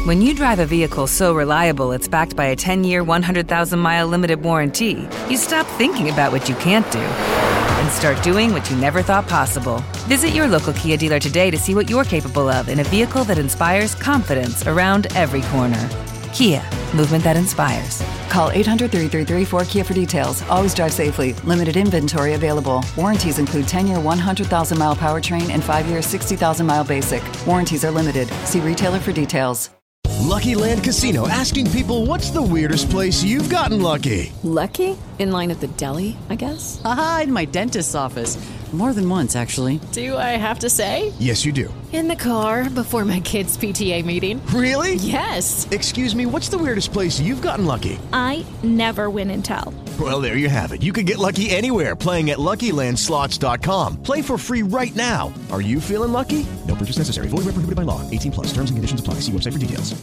When you drive a vehicle so reliable it's backed by a 10-year, 100,000-mile limited warranty, you stop thinking about what you can't do and start doing what you never thought possible. Visit your local Kia dealer today to see what you're capable of in a vehicle that inspires confidence around every corner. Kia, movement that inspires. Call 800-333-4KIA for details. Always drive safely. Limited inventory available. Warranties include 10-year 100,000-mile powertrain and 5-year 60,000-mile basic. Warranties are limited. See retailer for details. Lucky Land Casino, asking people, what's the weirdest place you've gotten lucky? Lucky? In line at the deli, I guess? Aha, in my dentist's office. More than once, actually. Do I have to say? Yes, you do. In the car before my kids' PTA meeting. Really? Yes. Excuse me, what's the weirdest place you've gotten lucky? I never win and tell. Well, there you have it. You can get lucky anywhere, playing at LuckyLandSlots.com. Play for free right now. Are you feeling lucky? No purchase necessary. Void where prohibited by law. 18+. Terms and conditions apply. See website for details.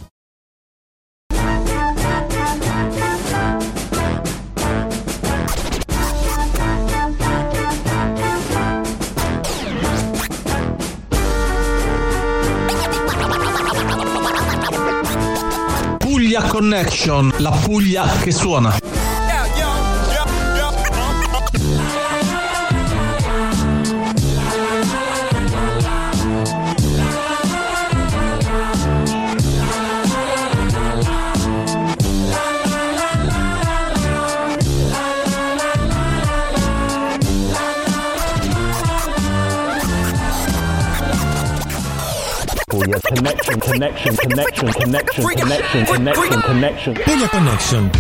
Puglia Connection, la Puglia che suona. Puglia Connection. Puglia Connection.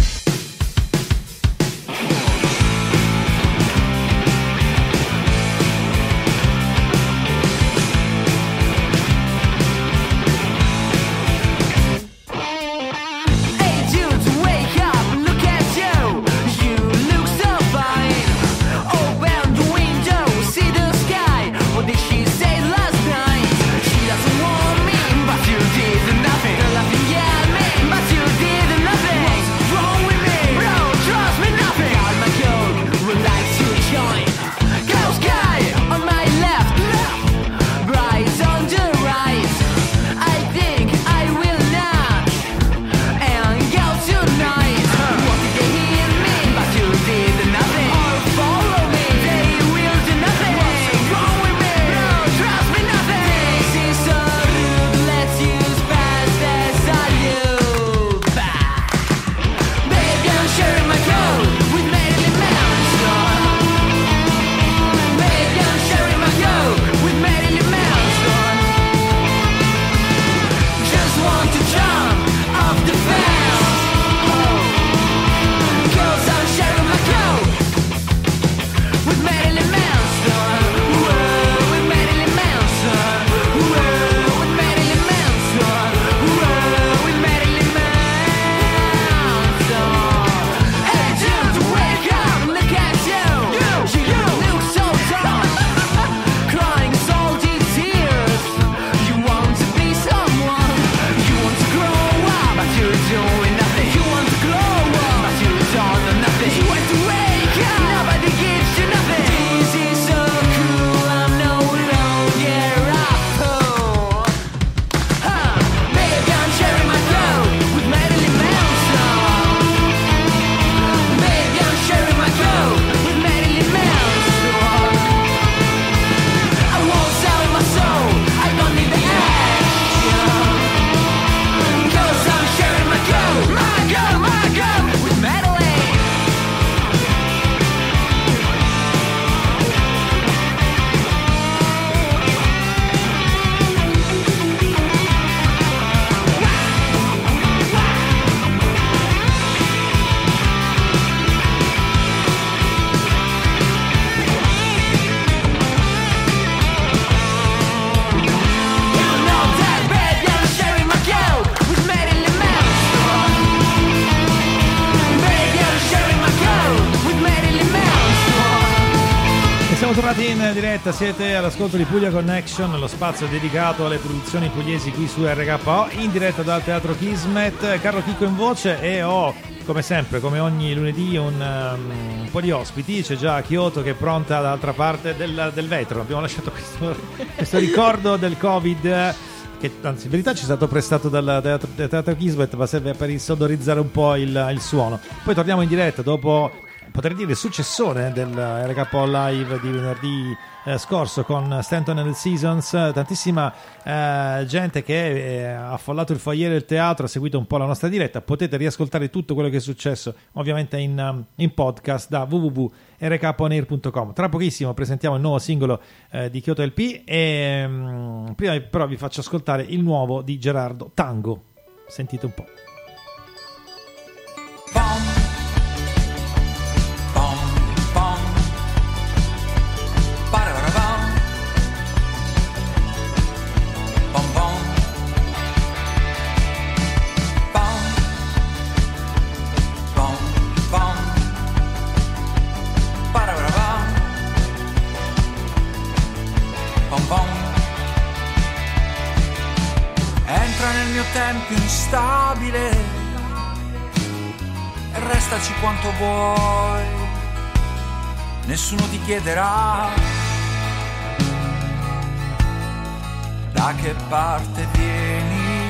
Tornati in diretta, siete all'ascolto di Puglia Connection, lo spazio dedicato alle produzioni pugliesi qui su RKO, in diretta dal Teatro Kismet. Carlo Chicco in voce e ho, come sempre, come ogni lunedì, un po' di ospiti. C'è già Kyoto che è pronta dall'altra parte del vetro. Abbiamo lasciato questo ricordo del Covid che anzi in verità ci è stato prestato dal Teatro Kismet, ma serve per insonorizzare un po' il suono. Poi torniamo in diretta dopo, potrei dire, il successone del RKO Live di venerdì scorso con Stanton and the Seasons. Tantissima gente che ha affollato il foyer del teatro, ha seguito un po' la nostra diretta. Potete riascoltare tutto quello che è successo ovviamente in podcast da www.rkonair.com. Tra pochissimo presentiamo il nuovo singolo di Kyoto LP e prima però vi faccio ascoltare il nuovo di Gerardo Tango. Sentite un po'. Entra nel mio tempio instabile e restaci quanto vuoi, nessuno ti chiederà da che parte vieni.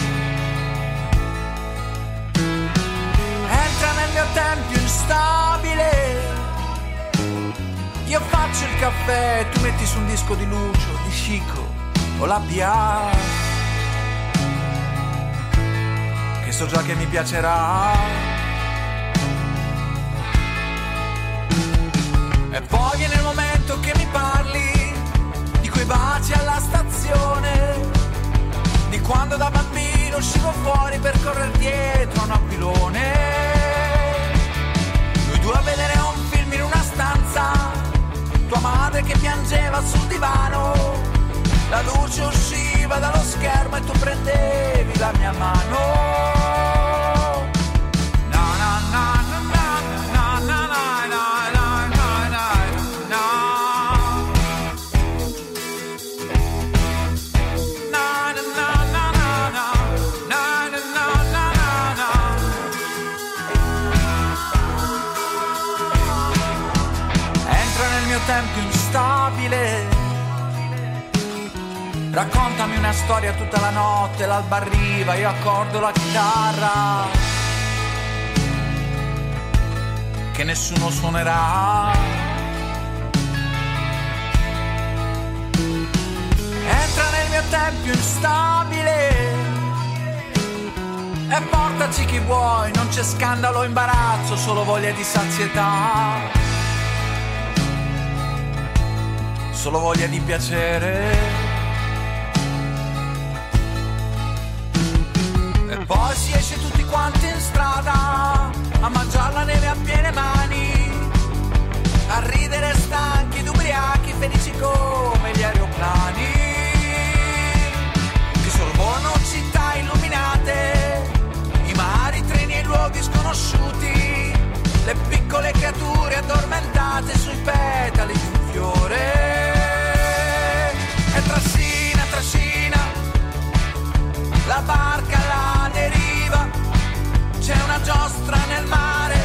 Entra nel mio tempio instabile, io faccio il caffè, tu metti su un disco di Lucio, di Chico o la Pia, che so già che mi piacerà. E poi viene il momento che mi parli di quei baci alla stazione, di quando da bambino uscivo fuori per correre dietro a un aquilone, noi due a vedere un film in una stanza, tua madre che piangeva sul divano, la luce usciva dallo schermo e tu prendevi la mia mano. Tempio instabile, raccontami una storia tutta la notte, l'alba arriva, io accordo la chitarra che nessuno suonerà. Entra nel mio tempio instabile e portaci chi vuoi, non c'è scandalo o imbarazzo, solo voglia di sazietà, solo voglia di piacere. E poi si esce tutti quanti in strada a mangiare la neve a piene mani, a ridere stanchi ed ubriachi, felici come gli aeroplani che sorvolano città illuminate, i mari, i treni e i luoghi sconosciuti, le piccole creature addormentate sui petali di un fiore. E trascina, trascina la barca alla deriva, c'è una giostra nel mare,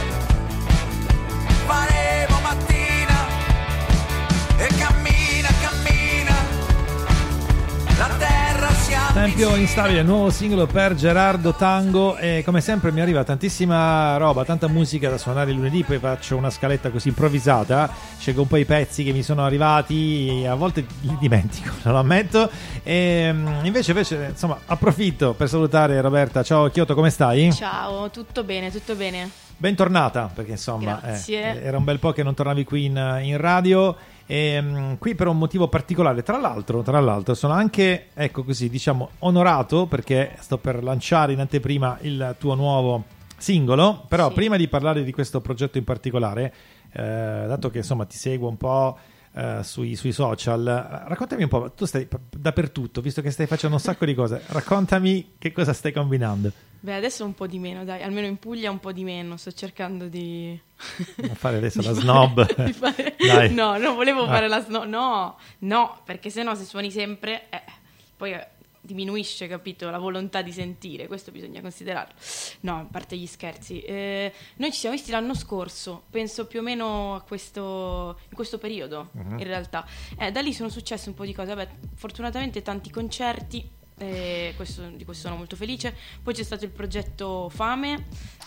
faremo mattina e cammina, cammina, la terra si avvicina. Tempio instabile, nuovo singolo per Gerardo Tango, e come sempre mi arriva tantissima roba, tanta musica da suonare lunedì, poi faccio una scaletta così improvvisata, scelgo un po' i pezzi che mi sono arrivati, a volte li dimentico, non lo ammetto, e invece insomma approfitto per salutare Roberta. Ciao Kyoto, come stai? Ciao, tutto bene, tutto bene. Bentornata, perché insomma era un bel po' che non tornavi qui in radio. Qui per un motivo particolare, tra l'altro sono anche, ecco così, diciamo, onorato perché sto per lanciare in anteprima il tuo nuovo singolo, però sì. Prima di parlare di questo progetto in particolare, dato che insomma ti seguo un po' sui social, raccontami un po', tu stai dappertutto, visto che stai facendo un sacco di cose, raccontami che cosa stai combinando. Beh, adesso un po' di meno, dai, almeno in Puglia un po' di meno, sto cercando di... Non fare adesso la snob. Dai. No, non volevo fare la snob, no, perché sennò se suoni sempre, poi diminuisce, capito, la volontà di sentire, questo bisogna considerarlo. No, a parte gli scherzi, noi ci siamo visti l'anno scorso, penso più o meno in questo periodo, in realtà. Da lì sono successe un po' di cose, vabbè, fortunatamente tanti concerti, di questo sono molto felice. Poi c'è stato il progetto Fame,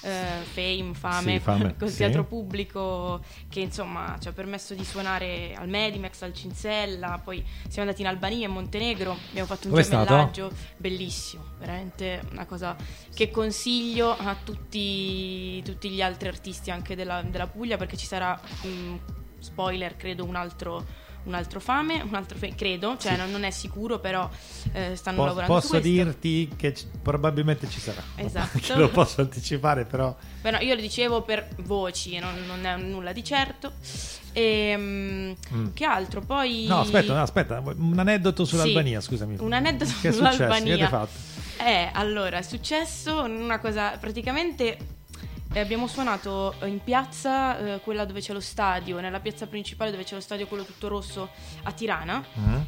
Fame col teatro pubblico, che insomma ci ha permesso di suonare al Medimex, al Cinsella. Poi siamo andati in Albania e Montenegro, abbiamo fatto un gemellaggio bellissimo, veramente una cosa che consiglio a tutti gli altri artisti anche della Puglia, perché ci sarà spoiler, credo, un altro Fame, credo, cioè non è sicuro, però stanno lavorando su questo. Posso dirti che probabilmente ci sarà. Esatto. Lo posso anticipare, però. Beh, no, io lo dicevo per voci, non è nulla di certo. Che altro? Poi No, aspetta, un aneddoto sull'Albania, scusami. Un aneddoto che sull'Albania. Che avete fatto? Allora, è successo una cosa, praticamente abbiamo suonato in piazza, quella dove c'è lo stadio, nella piazza principale dove c'è lo stadio, quello tutto rosso, a Tirana.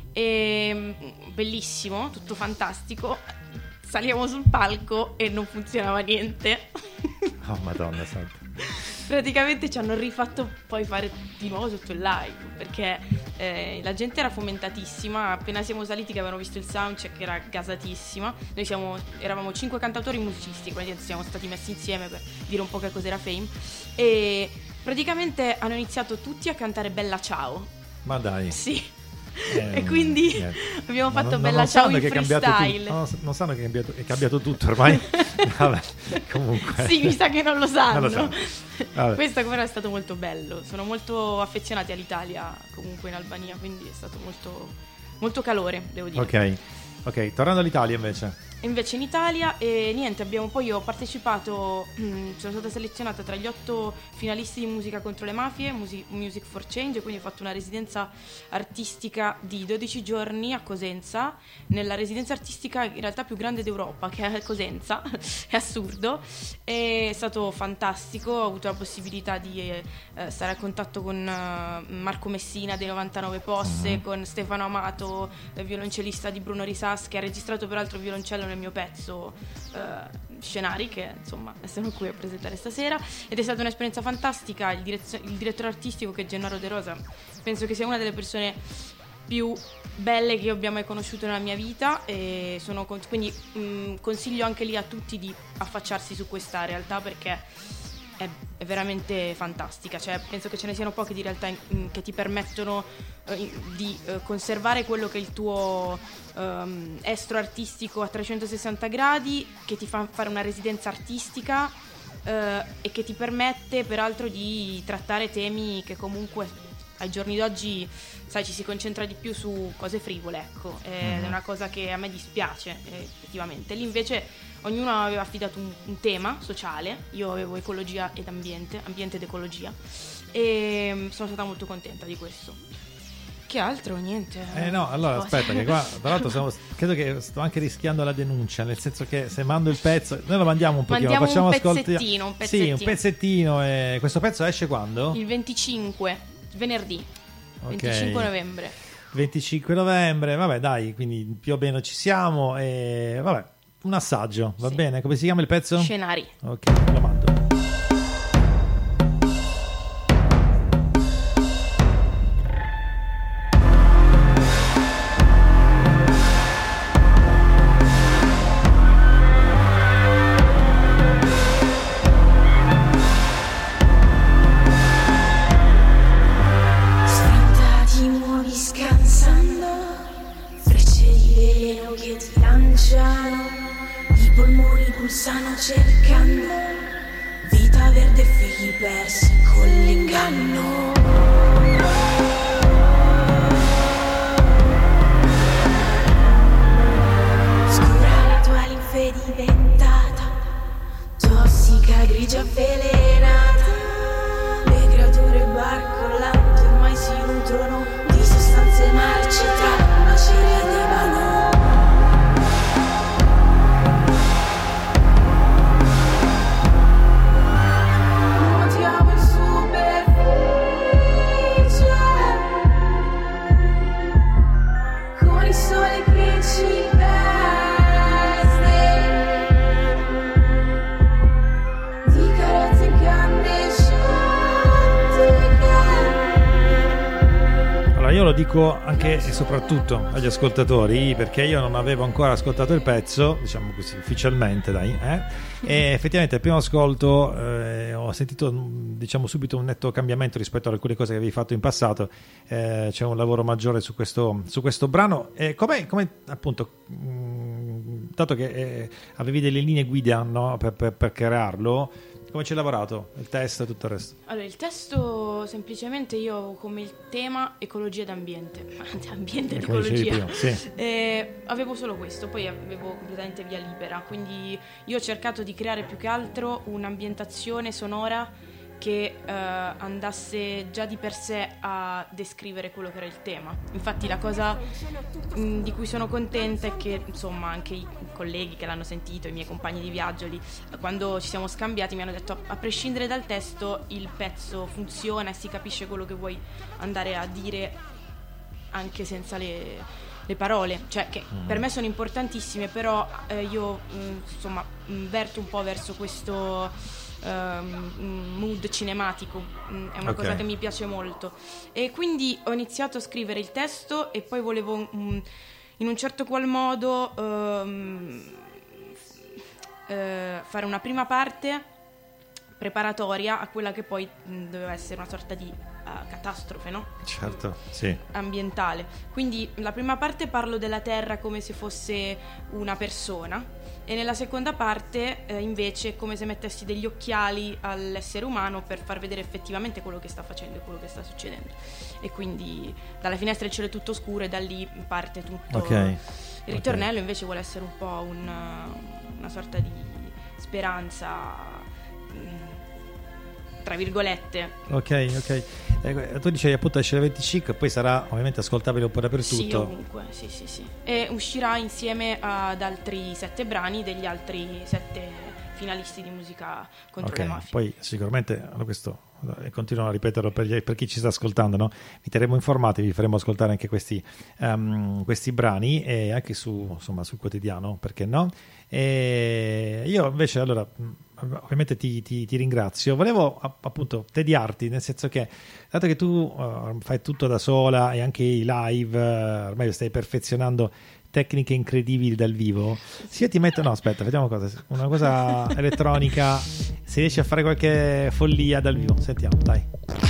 E bellissimo, tutto fantastico. Saliamo sul palco e non funzionava niente. Oh madonna santa. Praticamente ci hanno rifatto poi fare di nuovo tutto il live, perché la gente era fomentatissima. Appena siamo saliti, che avevano visto il soundcheck, era gasatissima. Noi eravamo 5 cantautori musicisti, quindi siamo stati messi insieme per dire un po' che cos'era Fame, e praticamente hanno iniziato tutti a cantare Bella Ciao. Ma dai. Sì. E quindi abbiamo fatto Bella Ciao in freestyle. Non sanno che è cambiato tutto ormai. Vabbè, comunque. Sì, mi sa che non lo sanno. Vabbè. Questo però è stato molto bello. Sono molto affezionati all'Italia comunque in Albania, quindi è stato molto, molto calore, devo dire. Ok, tornando all'Italia invece in Italia, e niente, io ho partecipato, sono stata selezionata tra gli 8 finalisti di Musica contro le mafie, Music for Change, e quindi ho fatto una residenza artistica di 12 giorni a Cosenza, nella residenza artistica in realtà più grande d'Europa, che è Cosenza. È assurdo, è stato fantastico. Ho avuto la possibilità di stare a contatto con Marco Messina dei 99 Posse, con Stefano Amato, violoncellista di Bruno Risas, che ha registrato peraltro violoncello nel mio pezzo Scenari, che insomma sono qui a presentare stasera, ed è stata un'esperienza fantastica. Il direttore artistico, che è Gennaro De Rosa, penso che sia una delle persone più belle che io abbia mai conosciuto nella mia vita, e quindi consiglio anche lì a tutti di affacciarsi su questa realtà, perché è veramente fantastica. Cioè, penso che ce ne siano poche di realtà che ti permettono di conservare quello che è il tuo estro artistico a 360 gradi, che ti fa fare una residenza artistica e che ti permette peraltro di trattare temi che comunque ai giorni d'oggi, sai, ci si concentra di più su cose frivole, ecco. È una cosa che a me dispiace, effettivamente. Lì invece ognuno aveva affidato un tema sociale. Io avevo ecologia ed ambiente ed ecologia, e sono stata molto contenta di questo. Che altro? Niente. No, allora aspetta, che qua tra l'altro credo che sto anche rischiando la denuncia, nel senso che se mando il pezzo, noi lo mandiamo un pochino, lo facciamo ascoltare. Sì, un pezzettino. E questo pezzo esce quando? Il 25, venerdì. Okay. 25 novembre. 25 novembre, vabbè, dai, quindi più o meno ci siamo, e vabbè, un assaggio, va bene? Come si chiama il pezzo? Scenari. Ok, lo mando. I polmoni pulsano cercando vita verde e figli persi con l'inganno. Scura la tua linfe diventata tossica, grigia, avvelenata. Le creature barcollanti ormai si nutrono di sostanze marce tra macerie di mano. Di carezze lo dico anche e soprattutto agli ascoltatori, perché io non avevo ancora ascoltato il pezzo, diciamo così, ufficialmente, e effettivamente al primo ascolto ho sentito, diciamo, subito un netto cambiamento rispetto a alcune cose che avevi fatto in passato. C'è un lavoro maggiore su questo brano. Come appunto, dato che avevi delle linee guida, no, per crearlo, come ci hai lavorato? Il testo e tutto il resto? Allora, il testo semplicemente io ho come il tema ecologia ed ambiente. Ambiente ed ecologia. Sì. Avevo solo questo, poi avevo completamente via libera. Quindi io ho cercato di creare più che altro un'ambientazione sonora che andasse già di per sé a descrivere quello che era il tema. Infatti la cosa di cui sono contenta è che, insomma, anche i colleghi che l'hanno sentito, i miei compagni di viaggio lì, quando ci siamo scambiati mi hanno detto a prescindere dal testo il pezzo funziona e si capisce quello che vuoi andare a dire anche senza le parole, cioè che per me sono importantissime, però io insomma verto un po' verso questo mood cinematico, è una cosa che mi piace molto, e quindi ho iniziato a scrivere il testo e poi volevo in un certo qual modo fare una prima parte preparatoria a quella che poi doveva essere una sorta di catastrofe, no? Certo, sì. Ambientale. Quindi la prima parte parlo della Terra come se fosse una persona, e nella seconda parte invece è come se mettessi degli occhiali all'essere umano per far vedere effettivamente quello che sta facendo e quello che sta succedendo. E quindi dalla finestra il cielo è tutto scuro e da lì parte tutto. Okay. Il ritornello invece vuole essere un po' una sorta di speranza, tra virgolette. Ok. Tu dicevi appunto esce il 25, poi sarà ovviamente ascoltabile un po' dappertutto. Sì, ovunque, sì. E uscirà insieme ad altri 7 brani degli altri 7 finalisti di musica contro le mafie. Poi sicuramente questo continuo a ripeterlo per chi ci sta ascoltando, no? Vi terremo informati, vi faremo ascoltare anche questi brani, e anche sul quotidiano, perché no? E io invece, allora, ovviamente ti ringrazio. Volevo appunto tediarti, nel senso che dato che tu fai tutto da sola e anche i live ormai stai perfezionando tecniche incredibili dal vivo, se io ti metto, no aspetta, vediamo una cosa elettronica, se riesci a fare qualche follia dal vivo, sentiamo, dai.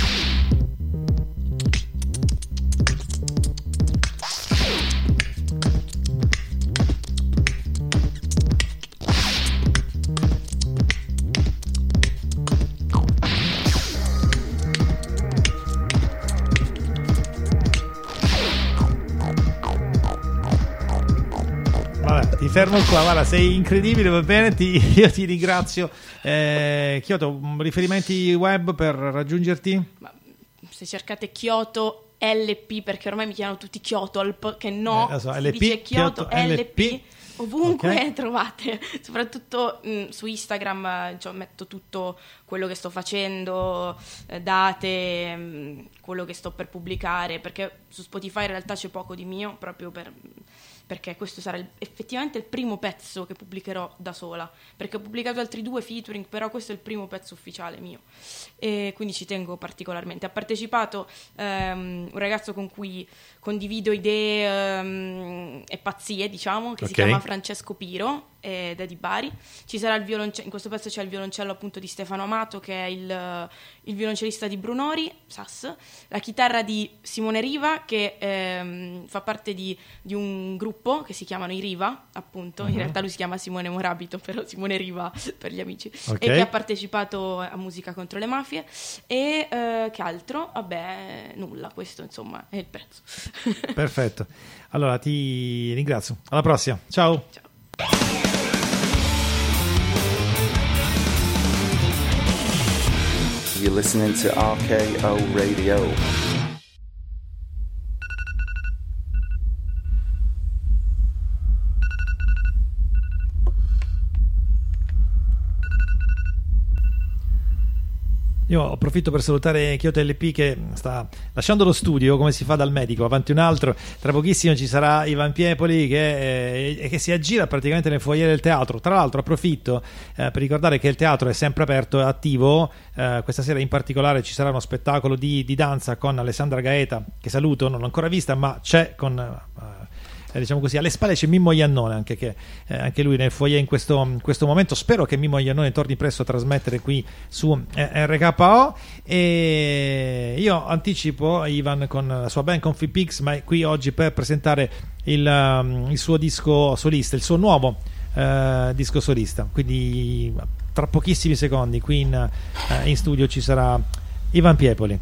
Ti fermo qua, guarda, sei incredibile, va bene, io ti ringrazio. Chiodo, riferimenti web per raggiungerti? Ma se cercate Chiodo LP, perché ormai mi chiamano tutti Chiotolp, che no, LP, dice Chiodo LP. Ovunque trovate, soprattutto su Instagram, metto tutto quello che sto facendo, date, quello che sto per pubblicare, perché su Spotify in realtà c'è poco di mio, proprio perché questo sarà effettivamente il primo pezzo che pubblicherò da sola, perché ho pubblicato altri 2 featuring, però questo è il primo pezzo ufficiale mio, e quindi ci tengo particolarmente. Ha partecipato un ragazzo con cui condivido idee e pazzie, diciamo, che si chiama Francesco Piro, ed è di Bari. Ci sarà il violoncello, in questo pezzo c'è il violoncello appunto di Stefano Amato, che è il violoncellista di Brunori, Sass, la chitarra di Simone Riva, che fa parte di un gruppo che si chiamano i Riva, appunto, in realtà lui si chiama Simone Morabito, però Simone Riva per gli amici, e che ha partecipato a Musica contro le mafie, e che altro? Vabbè, nulla, questo insomma è il prezzo. Perfetto, allora ti ringrazio, alla prossima, ciao. You're listening to RKO Radio. Io approfitto per salutare Chioto LP che sta lasciando lo studio, come si fa dal medico, avanti un altro. Tra pochissimo ci sarà Ivan Piepoli che si aggira praticamente nel foyer del teatro. Tra l'altro approfitto per ricordare che il teatro è sempre aperto e attivo. Questa sera in particolare ci sarà uno spettacolo di danza con Alessandra Gaeta, che saluto, non l'ho ancora vista, ma c'è con... diciamo così, alle spalle c'è Mimmo Iannone, anche lui nel foyer in questo momento. Spero che Mimmo Iannone torni presto a trasmettere qui su RKO. E io anticipo Ivan con la sua band Comfy Pigs, ma è qui oggi per presentare il suo disco solista, il suo nuovo disco solista. Quindi tra pochissimi secondi qui in studio ci sarà Ivan Piepoli.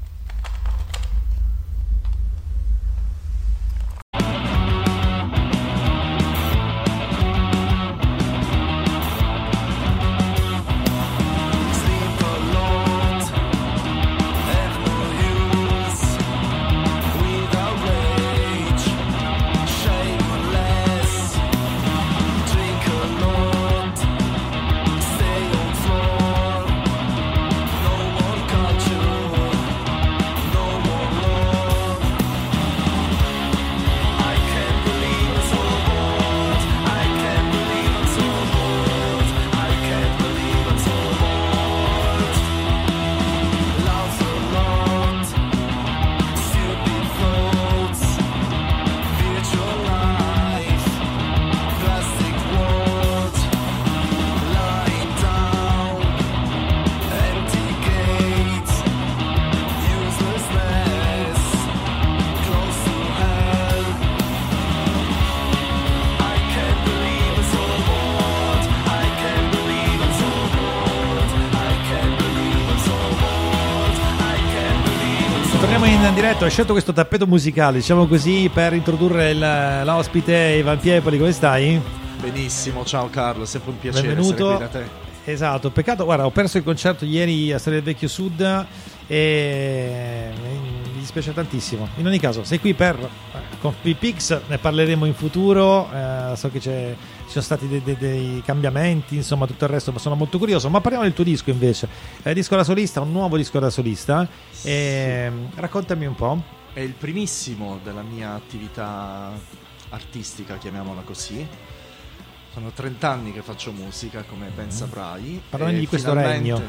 In diretta, ho scelto questo tappeto musicale, diciamo così, per introdurre l'ospite Ivan Piepoli. Come stai? Benissimo, ciao Carlo, sempre un piacere. Benvenuto. Essere qui da te. Esatto, peccato, guarda, ho perso il concerto ieri a Storia del Vecchio Sud e mi dispiace tantissimo. In ogni caso, sei qui per Comfy Pigs, ne parleremo in futuro. So che ci sono stati dei cambiamenti, insomma, tutto il resto, ma sono molto curioso. Ma parliamo del tuo disco invece. Disco da solista, un nuovo disco da solista. Raccontami un po'. È il primissimo della mia attività artistica, chiamiamola così. Sono 30 anni che faccio musica, come ben saprai. Parlami di questo regno.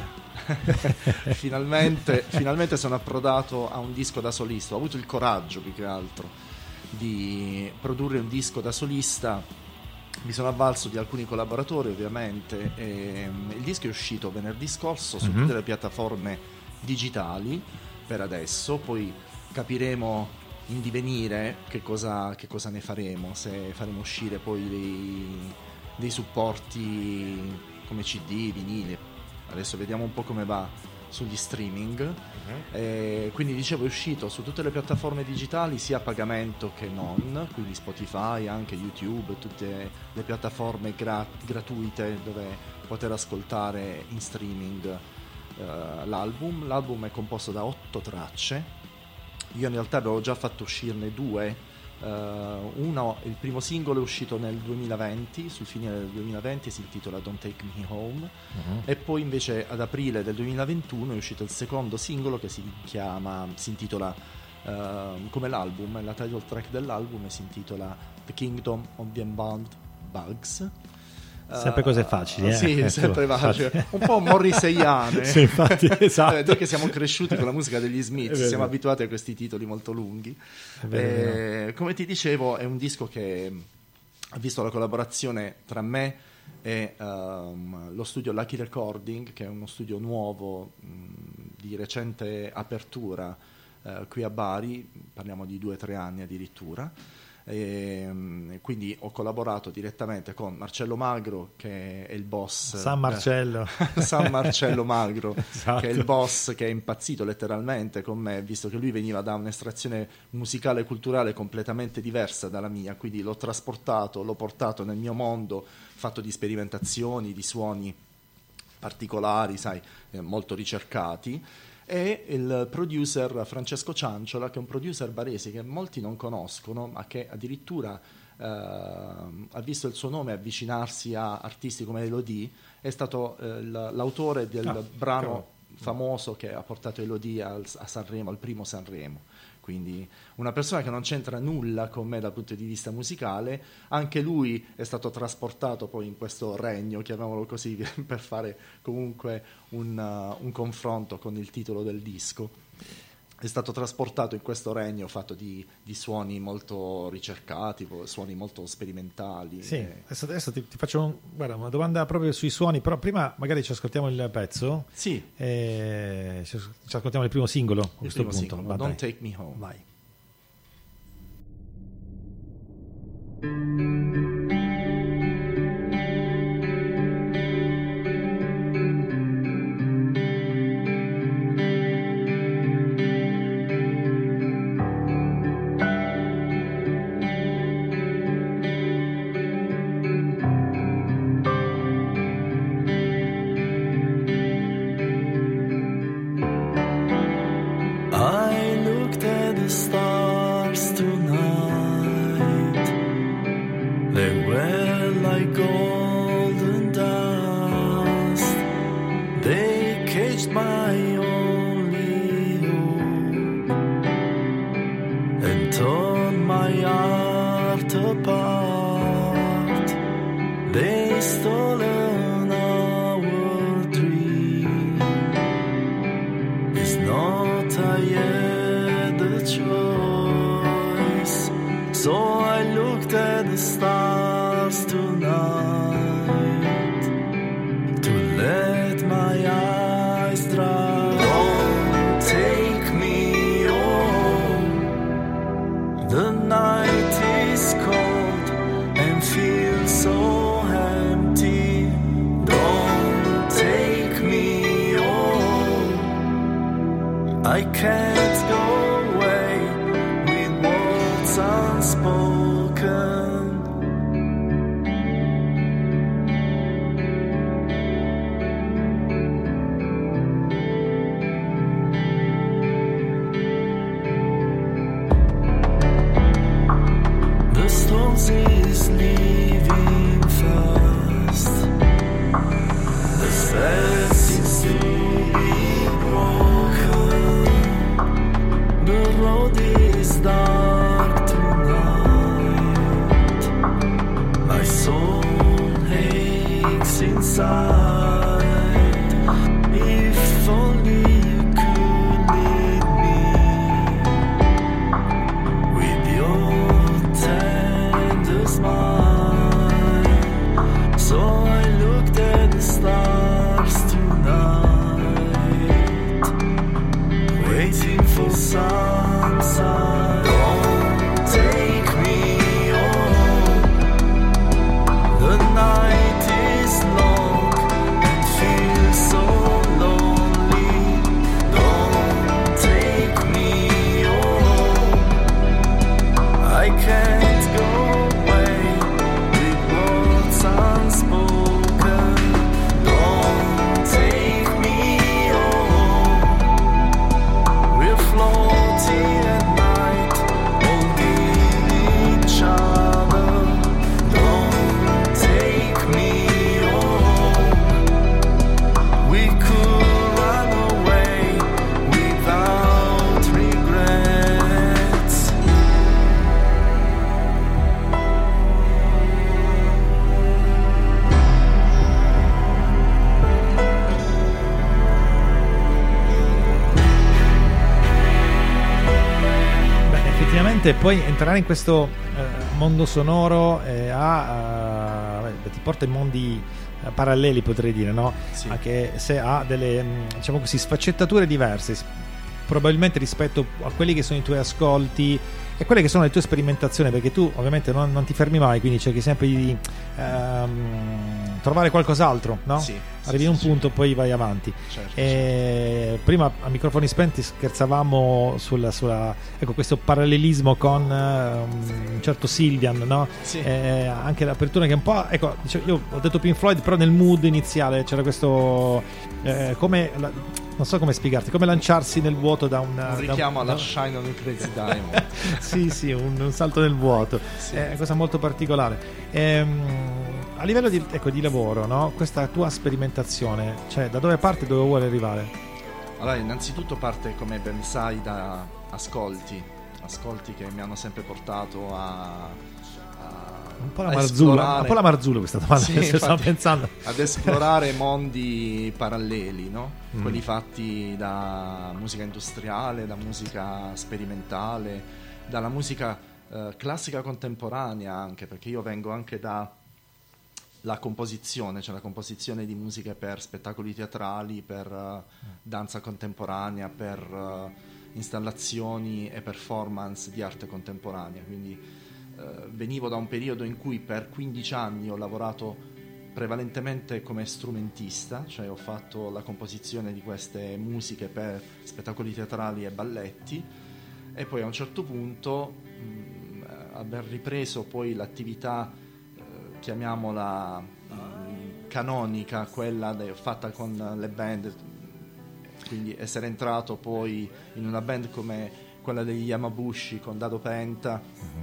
finalmente sono approdato a un disco da solista. Ho avuto il coraggio, più che altro, di produrre un disco da solista. Mi sono avvalso di alcuni collaboratori, ovviamente. Il disco è uscito venerdì scorso su tutte le piattaforme digitali per adesso. Poi capiremo in divenire che cosa ne faremo, se faremo uscire poi dei supporti come CD, vinili. Adesso vediamo un po' come va sugli streaming. Quindi dicevo, è uscito su tutte le piattaforme digitali, sia a pagamento che non, quindi Spotify, anche YouTube, tutte le piattaforme gratuite dove poter ascoltare in streaming l'album è composto da 8 tracce. Io in realtà avevo già fatto uscirne 2. Il primo singolo è uscito nel 2020, sul finire del 2020, si intitola Don't Take Me Home. E poi invece ad aprile del 2021 è uscito il secondo singolo, che si intitola come l'album, la title track dell'album, e si intitola The Kingdom of the Unbound Bugs. Sempre cose facili, Sì, sempre facile. Un po' morriseiane. Sì, infatti, esatto. Noi che siamo cresciuti con la musica degli Smith, siamo abituati a questi titoli molto lunghi. Come ti dicevo, è un disco che ha visto la collaborazione tra me e lo studio Lucky Recording, che è uno studio nuovo di recente apertura qui a Bari, parliamo di 2 o 3 anni addirittura. Quindi ho collaborato direttamente con Marcello Magro, che è il boss San Marcello Magro, esatto. Che è il boss, che è impazzito letteralmente con me, visto che lui veniva da un'estrazione musicale e culturale completamente diversa dalla mia, quindi l'ho trasportato, l'ho portato nel mio mondo, fatto di sperimentazioni, di suoni particolari, sai, molto ricercati. E il producer Francesco Cianciola, che è un producer barese che molti non conoscono, ma che addirittura ha visto il suo nome avvicinarsi a artisti come Elodie. È stato l'autore del brano famoso che ha portato Elodie a Sanremo, al primo Sanremo. Quindi una persona che non c'entra nulla con me dal punto di vista musicale, anche lui è stato trasportato poi in questo regno, chiamiamolo così, per fare comunque un confronto con il titolo del disco. È stato trasportato in questo regno fatto di suoni molto ricercati, suoni molto sperimentali. Sì, adesso ti faccio una domanda proprio sui suoni, però prima magari ci ascoltiamo il pezzo. Sì. Ci ascoltiamo il primo singolo a questo punto. Singolo, Don't Take Me Home. Vai. E poi entrare in questo mondo sonoro ti porta in mondi paralleli, potrei dire, no? Sì. Anche se ha delle, diciamo così, sfaccettature diverse probabilmente rispetto a quelli che sono i tuoi ascolti e quelle che sono le tue sperimentazioni, perché tu ovviamente non ti fermi mai, quindi cerchi sempre di trovare qualcos'altro, no? Sì, arrivi in un punto, poi vai avanti. Certo. Prima a microfoni spenti scherzavamo sulla ecco, questo parallelismo con un certo Sylvian, no? Sì. Anche l'apertura che un po', ecco, io ho detto Pink Floyd, però nel mood iniziale c'era questo non so come spiegarti, come lanciarsi nel vuoto da un richiamo alla Shine on the Crazy Diamond. sì, un salto nel vuoto. Sì. È una cosa molto particolare. A livello di lavoro, no? Questa tua sperimentazione, cioè da dove parte e dove vuole arrivare? Allora, innanzitutto parte, come ben sai, da ascolti che mi hanno sempre portato un po' la Marzullo questa domanda, sì, stavo pensando ad esplorare mondi paralleli, no? Quelli fatti da musica industriale, da musica sperimentale, dalla musica classica contemporanea, anche perché io vengo anche da la composizione, cioè la composizione di musiche per spettacoli teatrali, per danza contemporanea, per installazioni e performance di arte contemporanea, quindi venivo da un periodo in cui per 15 anni ho lavorato prevalentemente come strumentista, cioè ho fatto la composizione di queste musiche per spettacoli teatrali e balletti, e poi a un certo punto aver ripreso poi l'attività chiamiamola canonica, quella fatta con le band, quindi essere entrato poi in una band come quella degli Yamabushi con Dado Penta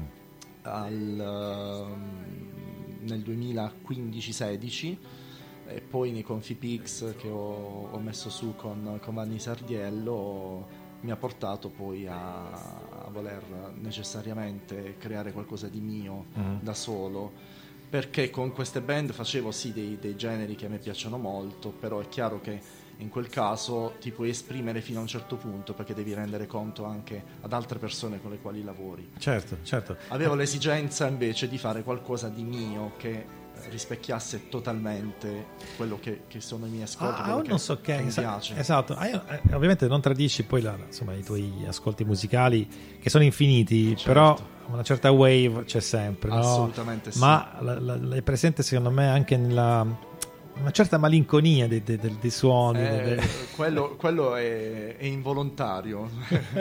nel 2015-16, e poi nei Confi Pigs che ho messo su con Vanni Sardiello mi ha portato poi a voler necessariamente creare qualcosa di mio da solo, perché con queste band facevo sì dei generi che a me piacciono molto, però è chiaro che in quel caso ti puoi esprimere fino a un certo punto, perché devi rendere conto anche ad altre persone con le quali lavori. Certo. Avevo l'esigenza invece di fare qualcosa di mio che rispecchiasse totalmente quello che sono i miei ascolti, che mi piace. Esatto. Ovviamente non tradisci poi i tuoi ascolti musicali, che sono infiniti, certo. Però una certa wave c'è sempre, no? Assolutamente sì. Ma è presente secondo me anche nella una certa malinconia dei suoni. Quello è involontario.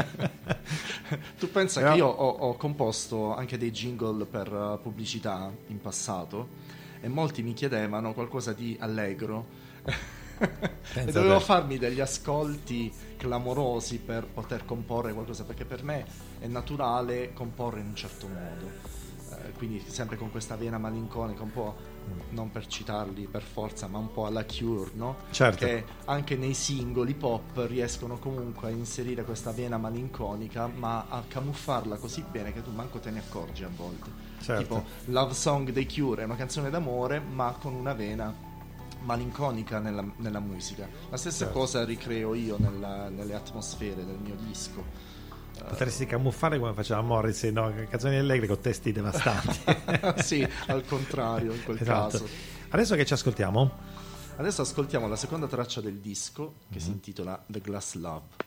Tu pensa che io ho composto anche dei jingle per pubblicità in passato, e molti mi chiedevano qualcosa di allegro e dovevo farmi degli ascolti clamorosi per poter comporre qualcosa, perché per me è naturale comporre in un certo modo, quindi sempre con questa vena malinconica, un po', non per citarli per forza, ma un po' alla Cure, no? Certo. Che anche nei singoli pop riescono comunque a inserire questa vena malinconica, ma a camuffarla così bene che tu manco te ne accorgi a volte. Certo. Tipo Love Song dei Cure è una canzone d'amore, ma con una vena malinconica nella musica. La stessa cosa ricreo io nelle atmosfere del mio disco. Potresti camuffare come faceva Morrissey, no? Canzoni allegre con testi devastanti. Sì, al contrario in quel caso. Adesso che ci ascoltiamo? Adesso ascoltiamo la seconda traccia del disco, che si intitola The Glass Love.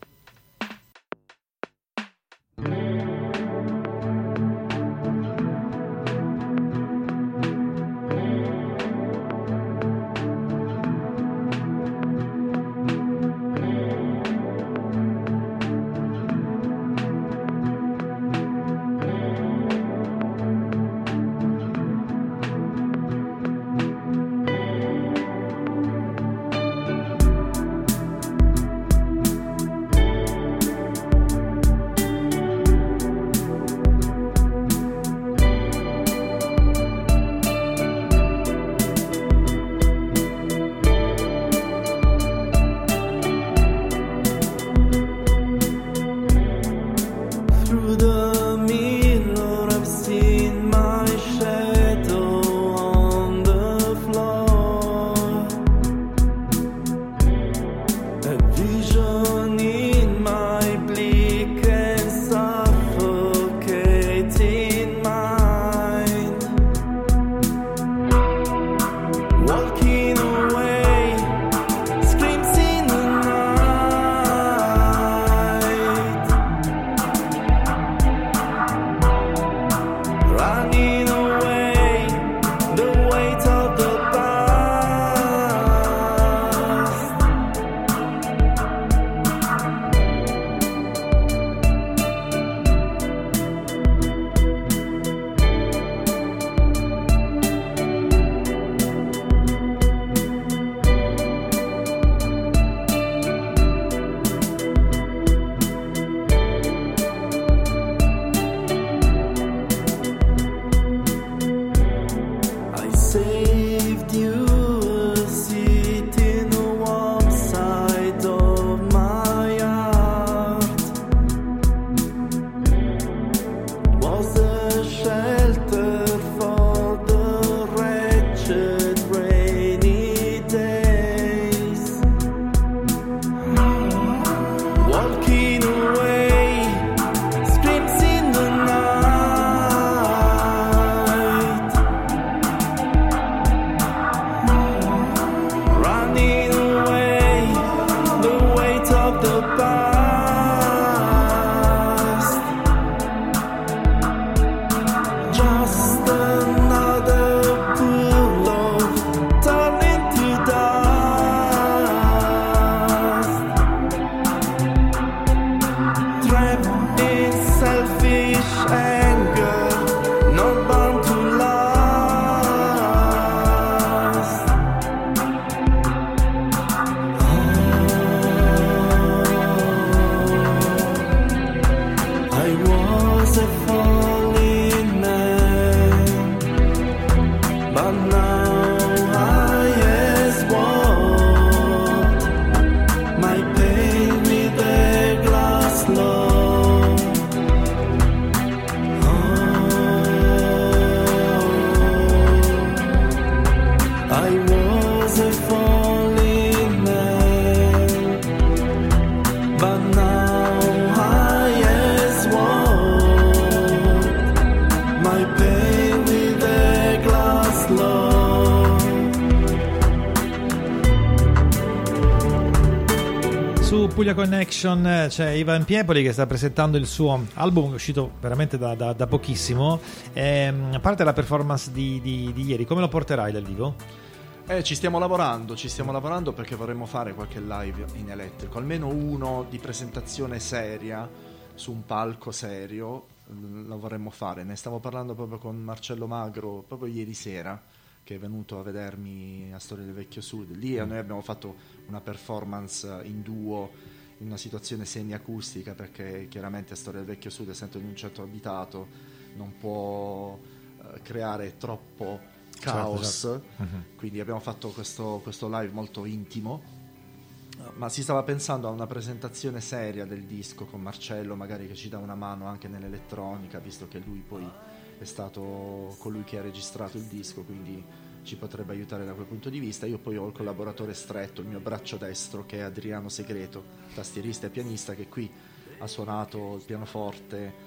su Puglia Connection c'è Ivan Piepoli che sta presentando il suo album uscito veramente da pochissimo. A parte la performance di ieri, come lo porterai dal vivo? Ci stiamo lavorando perché vorremmo fare qualche live in elettrico, almeno uno di presentazione seria su un palco serio, lo vorremmo fare. Ne stavo parlando proprio con Marcello Magro proprio ieri sera, che è venuto a vedermi a Storia del Vecchio Sud. Lì noi abbiamo fatto una performance in duo in una situazione semi-acustica, perché chiaramente a Storia del Vecchio Sud, essendo in un centro abitato, non può creare troppo caos, certo. Quindi abbiamo fatto questo live molto intimo, ma si stava pensando a una presentazione seria del disco con Marcello, magari che ci dà una mano anche nell'elettronica, visto che lui poi è stato colui che ha registrato il disco, quindi ci potrebbe aiutare da quel punto di vista. Io poi ho il collaboratore stretto, il mio braccio destro, che è Adriano Segreto, tastierista e pianista, che qui ha suonato il pianoforte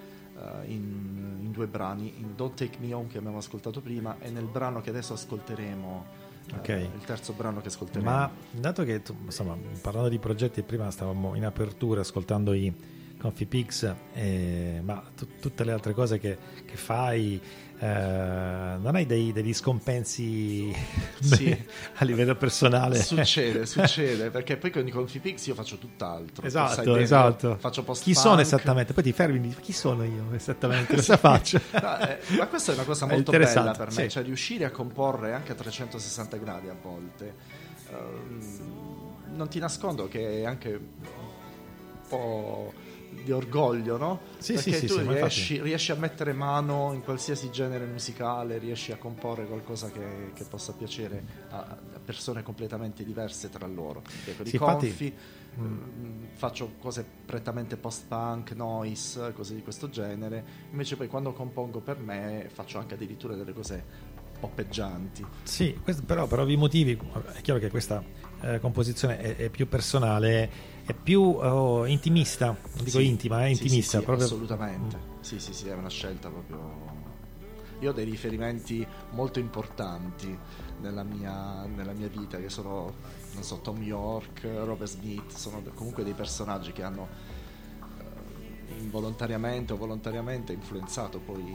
in due brani, in Don't Take Me Home che abbiamo ascoltato prima e nel brano che adesso ascolteremo, il terzo brano che ascolteremo. Ma dato che tu, insomma, parlando di progetti, prima stavamo in apertura ascoltando i Coffee Pigs, ma tutte le altre cose che fai, non hai degli scompensi sì. a livello personale? Succede perché poi con i Coffee Pigs io faccio tutt'altro. Esatto. Faccio post-punk. Chi sono esattamente? Poi ti fermi e dici, chi sono io esattamente? Cosa faccio? Ma questa è una cosa molto bella per me, sì. Cioè riuscire a comporre anche a 360 gradi a volte. Non ti nascondo che è anche un po' di orgoglio, no? Sì, perché tu sì, riesci a mettere mano in qualsiasi genere musicale, riesci a comporre qualcosa che possa piacere a persone completamente diverse tra loro. Con i Confi faccio cose prettamente post-punk, noise, cose di questo genere, invece poi quando compongo per me faccio anche addirittura delle cose poppeggianti. Sì, però per ovvi motivi è chiaro che questa composizione è più personale, è più intimista, non dico intima, è intimista. Sì, proprio. Assolutamente. Sì, è una scelta proprio. Io ho dei riferimenti molto importanti nella mia vita, che sono, non so, Tom York, Robert Smith, sono comunque dei personaggi che hanno involontariamente o volontariamente influenzato poi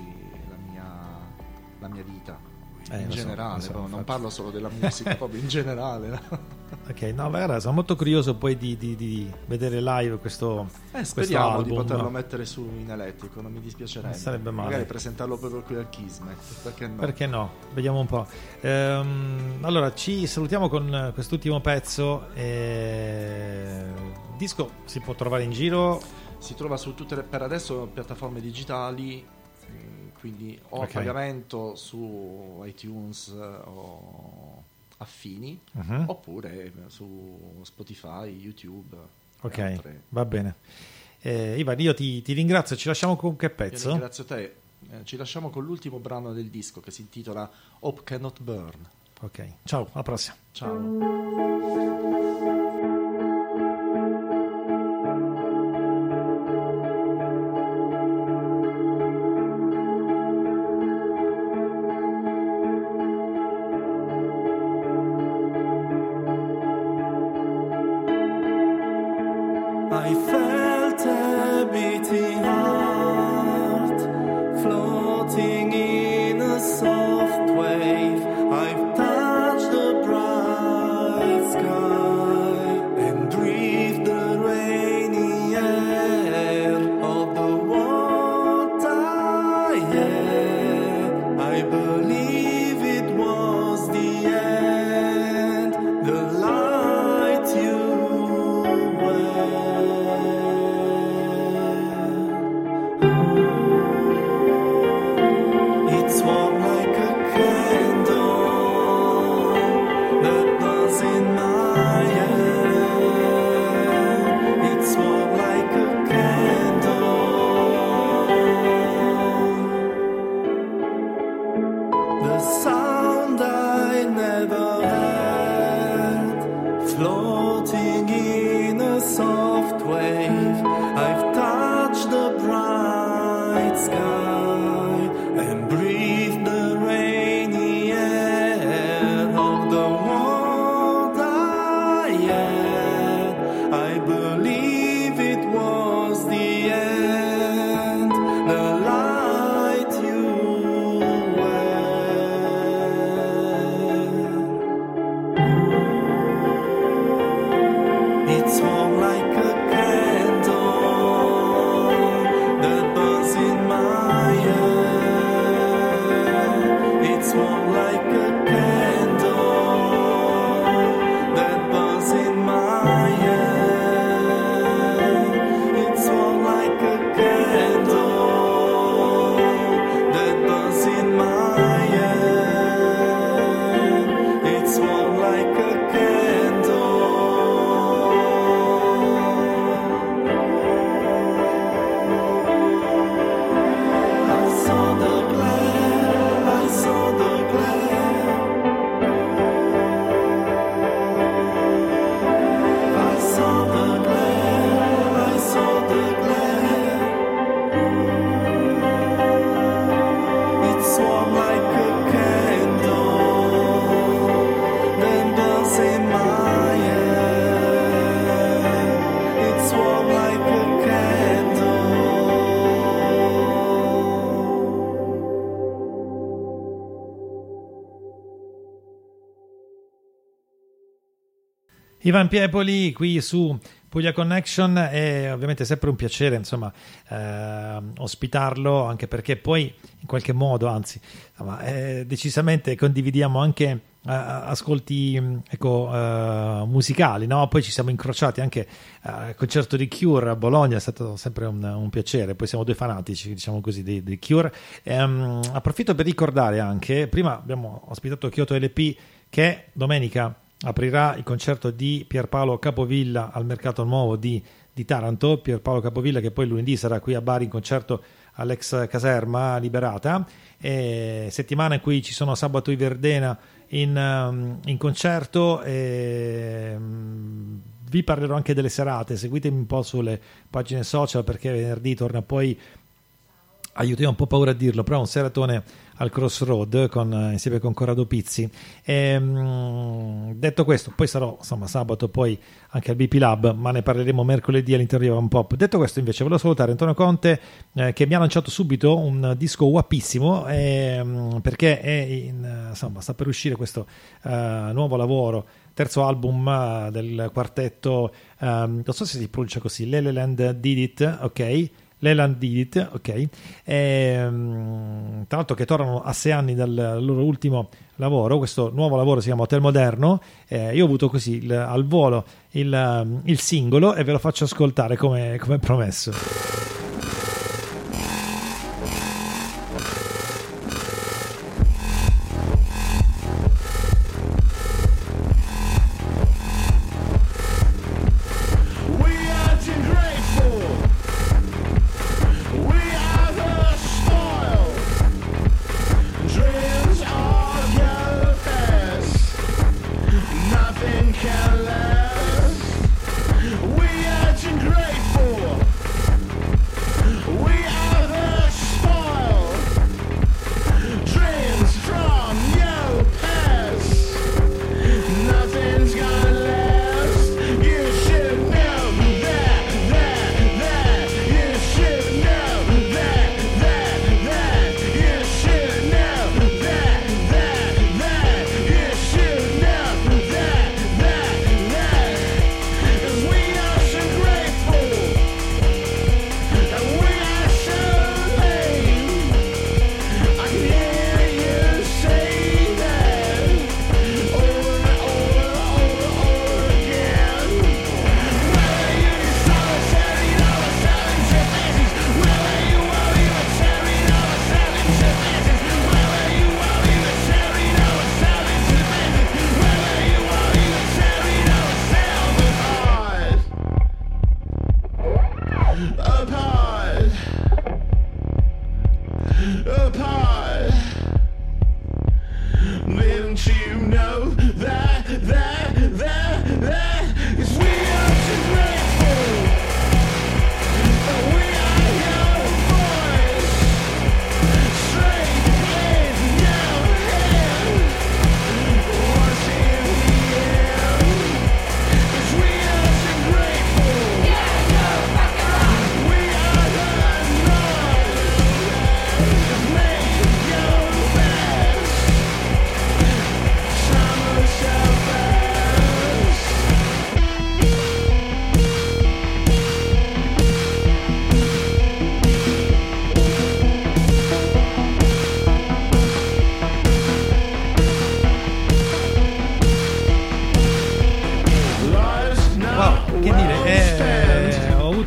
la mia vita. In generale, non parlo solo della musica, proprio in generale. No? Ok, no, guarda, sono molto curioso poi di vedere live questo speriamo album, di poterlo mettere su in elettrico, non mi dispiacerebbe. Non sarebbe male. Magari presentarlo proprio qui al Kismet, perché no? Vediamo un po'. Allora, ci salutiamo con quest'ultimo pezzo. Il disco si può trovare in giro? Si trova su tutte per adesso piattaforme digitali, quindi o a pagamento su iTunes o affini, oppure su Spotify, YouTube. Ok, va bene. Ivan, io ti ringrazio. Ci lasciamo con che pezzo? Io ringrazio te. Ci lasciamo con l'ultimo brano del disco, che si intitola Hope Cannot Burn. Ok, ciao, alla prossima. Ciao. I felt a beating heart floating in a soft wave. I've touched the bright sky and breathed the rainy air of the water. Yeah, I believe it was the end, the light you it's warm like a candle that burns in my hand. It's warm like a candle. The sound I never had, floating in a soft wave. I've touched the bright sky and breathed the rainy air of the water. Yeah, I believe It's warm like a candle that burns in my hand. It's warm like a candle that burns in my hand. It's warm like a candle that burns in my hand. It's warm like a Ivan Piepoli qui su Puglia Connection, è ovviamente sempre un piacere, insomma, ospitarlo, anche perché poi in qualche modo, anzi, insomma, decisamente condividiamo anche ascolti musicali, no? Poi ci siamo incrociati anche al concerto di Cure a Bologna, è stato sempre un piacere, poi siamo due fanatici, diciamo così, di Cure. Approfitto per ricordare anche, prima abbiamo ospitato Kyoto LP, che domenica aprirà il concerto di Pierpaolo Capovilla al Mercato Nuovo di Taranto. Pierpaolo Capovilla, che poi lunedì sarà qui a Bari in concerto all'ex caserma Liberata, settimana in cui ci sono Sabato Iverdena in concerto. Vi parlerò anche delle serate, seguitemi un po' sulle pagine social, perché venerdì torna poi, aiuto, io ho un po' paura a dirlo, però un seratone al Crossroad insieme con Corrado Pizzi. Detto questo, poi sarò, insomma, sabato poi anche al BP Lab, ma ne parleremo mercoledì all'interno di Avan Pop. Detto questo, invece, volevo salutare Antonio Conte, che mi ha lanciato subito un disco guapissimo, perché insomma, sta per uscire questo nuovo lavoro, terzo album del quartetto, non so se si pronuncia così, Leyland Did It, ok? Leyland Did It, ok. Tra l'altro che tornano a 6 anni dal loro ultimo lavoro. Questo nuovo lavoro si chiama Hotel Moderno. Io ho avuto così al volo il singolo e ve lo faccio ascoltare come promesso. Can last. We are grateful.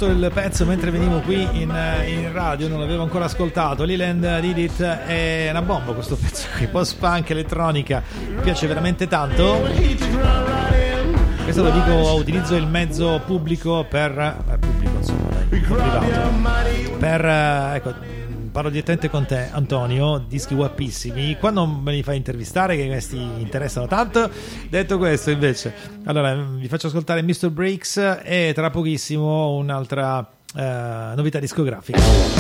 tutto il pezzo mentre venivo qui in radio, non l'avevo ancora ascoltato. Leland Did It è una bomba questo pezzo qui, post-punk, elettronica, mi piace veramente tanto. Questo lo dico, utilizzo il mezzo pubblico pubblico, insomma, privato, ecco, parlo direttamente con te, Antonio. Dischi guapissimi, quando me li fai intervistare, che questi interessano tanto. Detto questo, invece, allora vi faccio ascoltare Mr. Breaks e tra pochissimo un'altra novità discografica.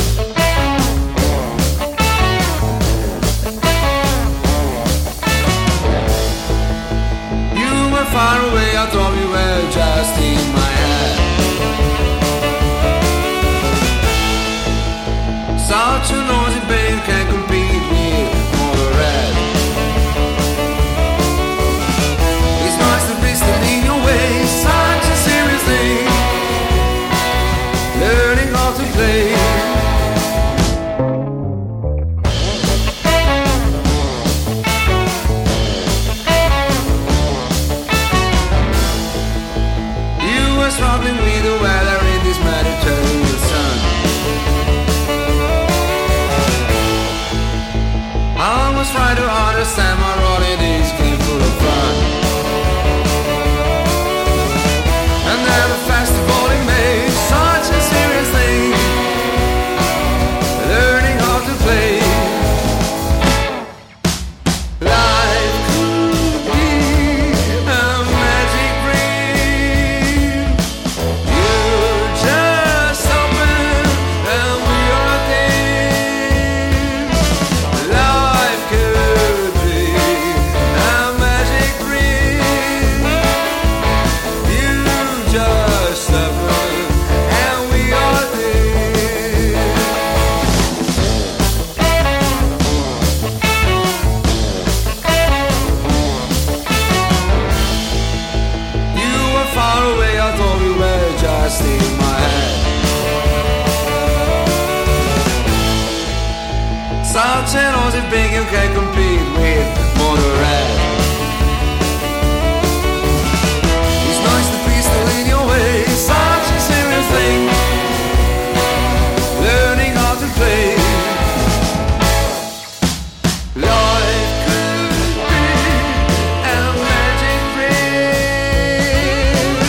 Far away, I thought we were just in my head. Such a noisy babe can't compete with Motorhead. It's nice to be still in your way, such a serious thing. Learning how to play. Struggling with the weather in this Mediterranean sun. I almost try to understand my role in this game full of fun. And then a festival in May, such a serious thing. Learning how to play. Such an awesome thing you can compete with Motorhead. It's nice to be still in your way, such a serious thing. Learning how to play. Life could be a magic ring.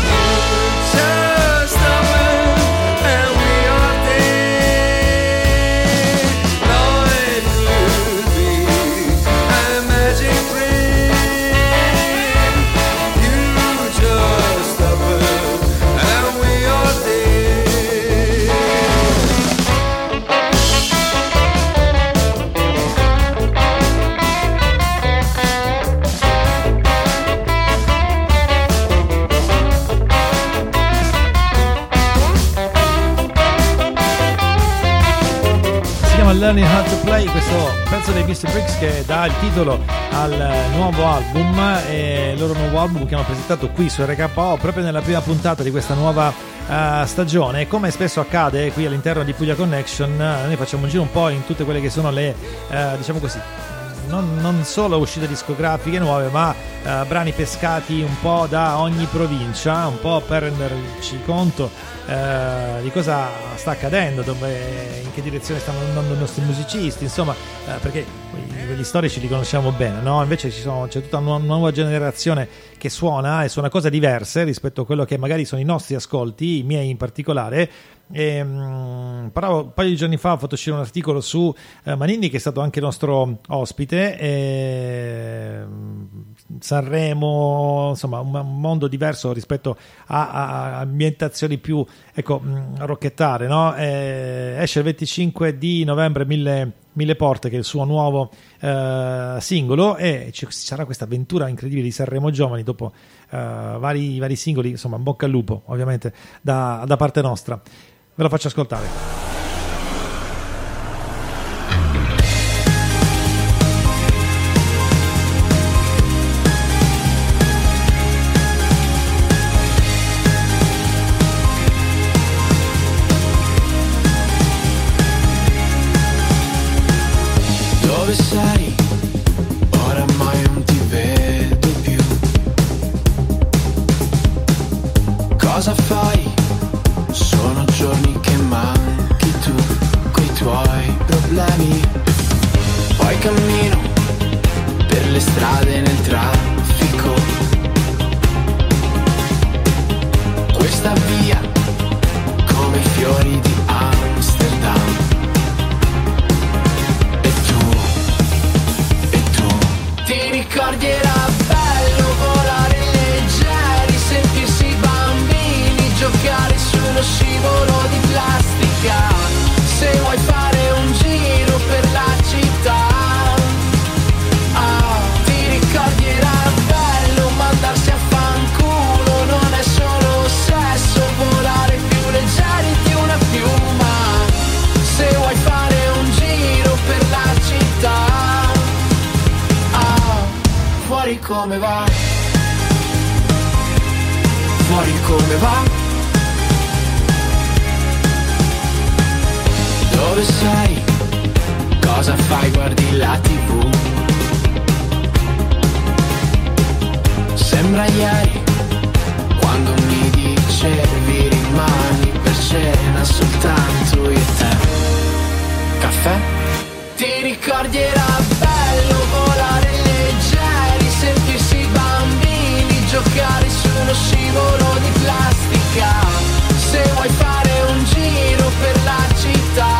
Just open and we are there. Life could be a magic ring. You just open and we are there. Si chiama Learning How to Play, questo pezzo dei Mr. Briggs che dà il titolo al nuovo album, e il loro nuovo album che hanno presentato qui su RKO proprio nella prima puntata di questa nuova stagione. Come spesso accade qui all'interno di Puglia Connection, noi facciamo un giro un po' in tutte quelle che sono le diciamo così, non solo uscite discografiche nuove, ma brani pescati un po' da ogni provincia, un po' per renderci conto di cosa sta accadendo, in che direzione stanno andando i nostri musicisti, insomma, perché quelli storici li conosciamo bene, no? Invece c'è tutta una nuova generazione che suona e suona cose diverse rispetto a quello che magari sono i nostri ascolti, i miei in particolare. Però un paio di giorni fa ho fatto uscire un articolo su Manini, che è stato anche nostro ospite. Sanremo, insomma, un mondo diverso rispetto a ambientazioni più, ecco, rocchettare, no? Esce il 25 di novembre Mille Porte, che è il suo nuovo singolo, e ci sarà questa avventura incredibile di Sanremo Giovani dopo vari singoli, insomma, in bocca al lupo ovviamente da parte nostra. Ve lo faccio ascoltare. Dove sei? Oramai non ti vedo più. Cosa fai? Sono strade nel traffico. Questa via come i fiori di Amsterdam. E tu ti ricordi era bello volare leggeri, sentirsi bambini, giocare sullo scivolo di plastica. Se vuoi fare un giro per la città, ti ricordi era bello mandarsi a fanculo. Non è solo sesso volare più leggeri di una piuma. Se vuoi fare un giro per la città, fuori come va, fuori come va. Dove sei? Cosa fai? Guardi la TV. Sembra ieri quando mi dicevi rimani per cena soltanto io e te. Caffè? Ti ricordi era bello volare leggeri, sentirsi bambini, giocare sullo scivolo di plastica. Se vuoi fare un giro per la città,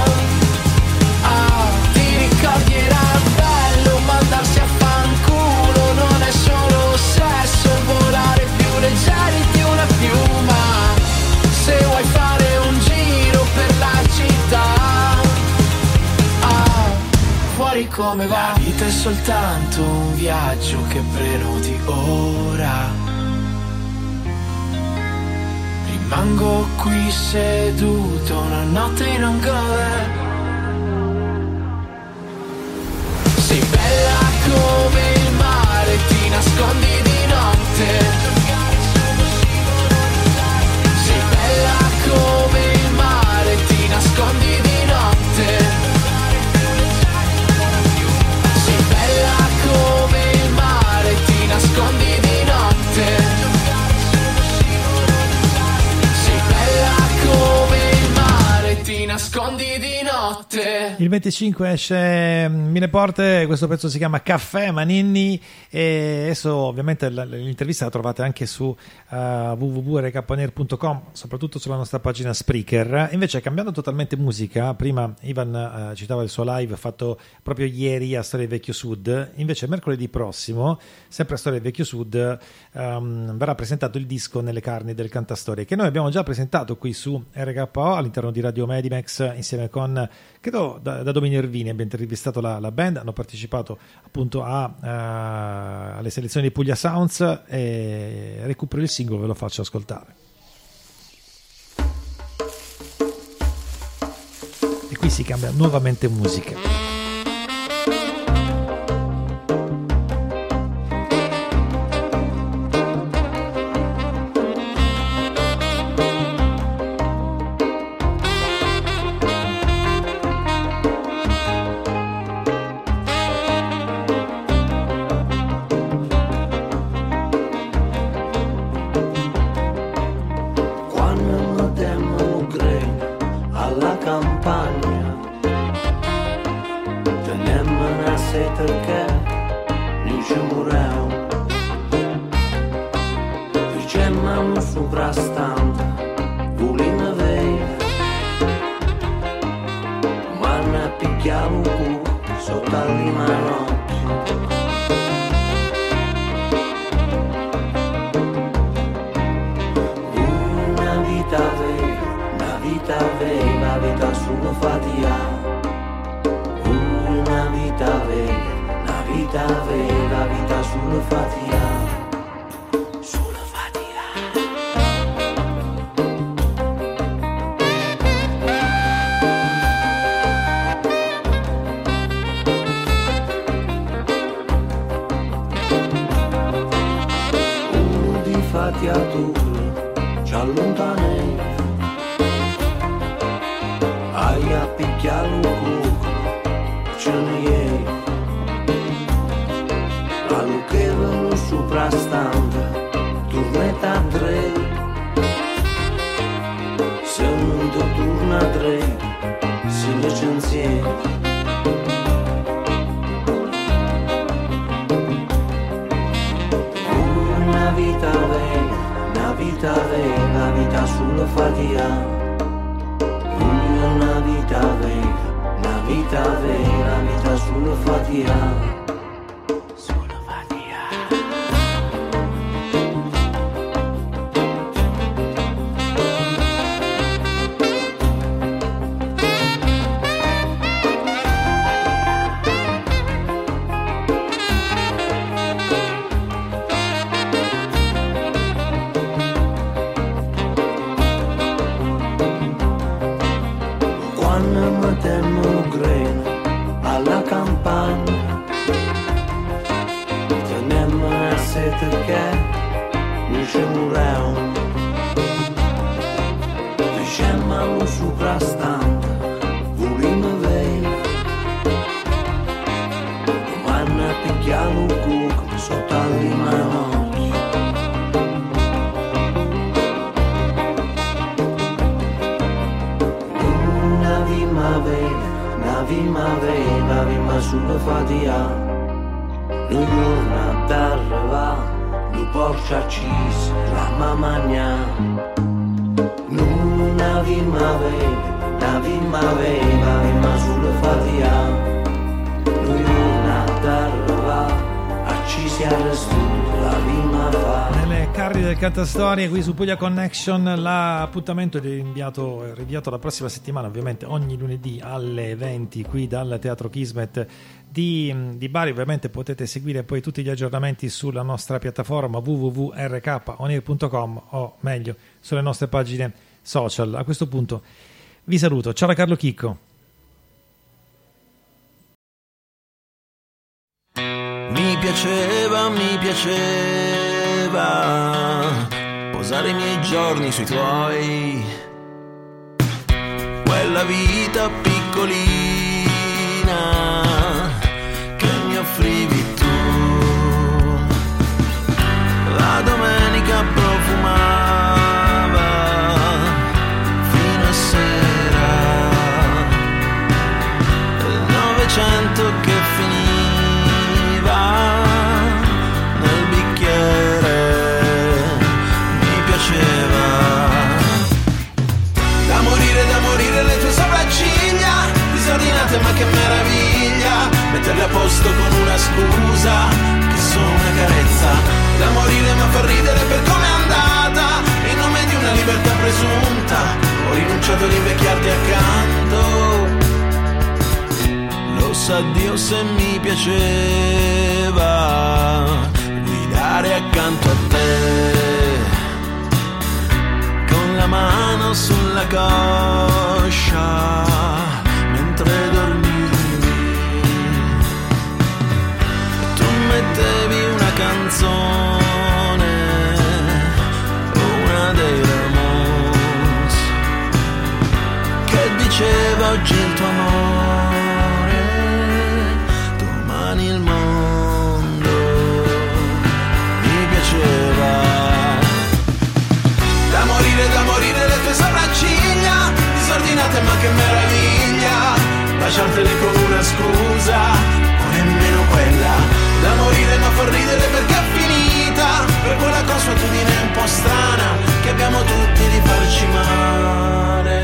ti ricordi era bello mandarsi a fanculo. Non è solo sesso volare più leggeri di una piuma. Se vuoi fare un giro per la città, fuori come va. La vita è soltanto un viaggio che prenoti ora. Rimango qui seduto una notte in Angola. Sei bella come il mare, ti nascondi di notte. Sei bella come il mare, ti nascondi di notte. Sei bella come il mare, ti nascondi di notte. Sei bella come il mare, ti nascondi di notte. Il 25 esce Mille Porte, questo pezzo si chiama Caffè Maninni e adesso ovviamente l'intervista la trovate anche su www.rkpanier.com, soprattutto sulla nostra pagina Spreaker. Invece cambiando totalmente musica, prima Ivan citava il suo live fatto proprio ieri a Storia del Vecchio Sud, invece mercoledì prossimo, sempre a Storia del Vecchio Sud, verrà presentato il disco Nelle carni del Cantastorie, che noi abbiamo già presentato qui su RKO all'interno di Radio Medimax insieme con, credo, da Domini Ervini abbiamo intervistato la band, hanno partecipato appunto alle selezioni di Puglia Sounds e recupero il singolo, ve lo faccio ascoltare. E qui si cambia nuovamente musica. vita vera, una vita solo fatica. Una vita vera, una vita vera, una vita solo fatica. Storie qui su Puglia Connection. L'appuntamento è rinviato la prossima settimana, ovviamente ogni lunedì alle 20 qui dal Teatro Kismet di Bari. Ovviamente potete seguire poi tutti gli aggiornamenti sulla nostra piattaforma www.rkonair.com o meglio sulle nostre pagine social. A questo punto vi saluto, ciao da Carlo Chicco. Mi piaceva posare i miei giorni sui tuoi, quella vita piccolina che mi offrivi tu, la domenica profumava fino a sera, il Novecento che finiva nel bicchiere. Da morire le tue sopracciglia disordinate, ma che meraviglia metterle a posto con una scusa che sono una carezza. Da morire ma fa ridere per come è andata, in nome di una libertà presunta ho rinunciato ad invecchiarti accanto. Lo sa Dio se mi piaceva guidare accanto a te, la mano sulla coscia mentre dormivi, tu mettevi una canzone, una dei Ramones, che diceva oggi il tuo amore, domani il mondo. Mi piaceva da morire le tue sopracciglia disordinate, ma che meraviglia lasciartele con una scusa o nemmeno quella. Da morire ma fa ridere perché è finita per quella consuetudine un po' strana che abbiamo tutti di farci male.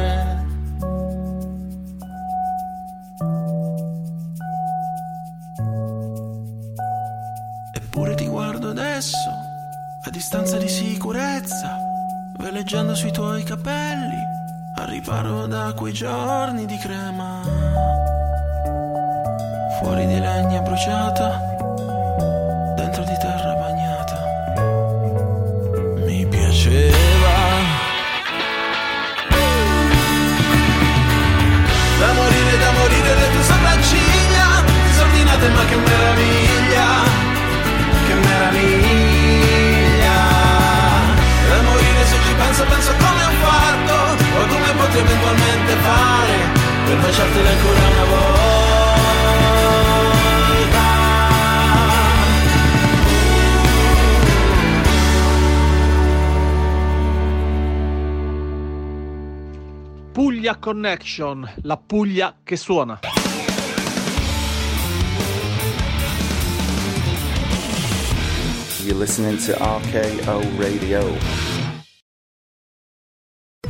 Eppure ti guardo adesso a distanza di sicurezza, veleggiando sui tuoi capelli, al riparo da quei giorni di crema. Fuori di legna bruciata, dentro di terra bagnata. Mi piaceva da morire le tue sopracciglia disordinate, ma che meraviglia, che meraviglia. Da morire se ci penso come ho fatto o come potrei eventualmente fare per baciartela ancora una volta. Puglia Connection, la Puglia che suona. You're listening to RKO Radio.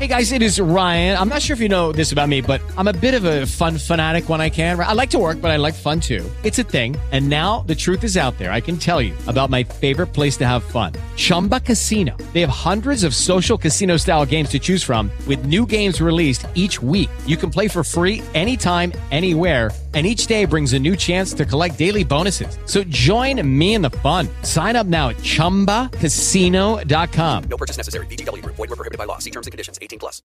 Hey guys, it is Ryan. I'm not sure if you know this about me, but I'm a bit of a fun fanatic when I can. I like to work, but I like fun too. It's a thing. And now the truth is out there. I can tell you about my favorite place to have fun. Chumba Casino. They have hundreds of social casino style games to choose from with new games released each week. You can play for free anytime, anywhere. And each day brings a new chance to collect daily bonuses. So join me in the fun. Sign up now at ChumbaCasino.com. No purchase necessary. VGW Group. Void where prohibited by law. See terms and conditions. 18+.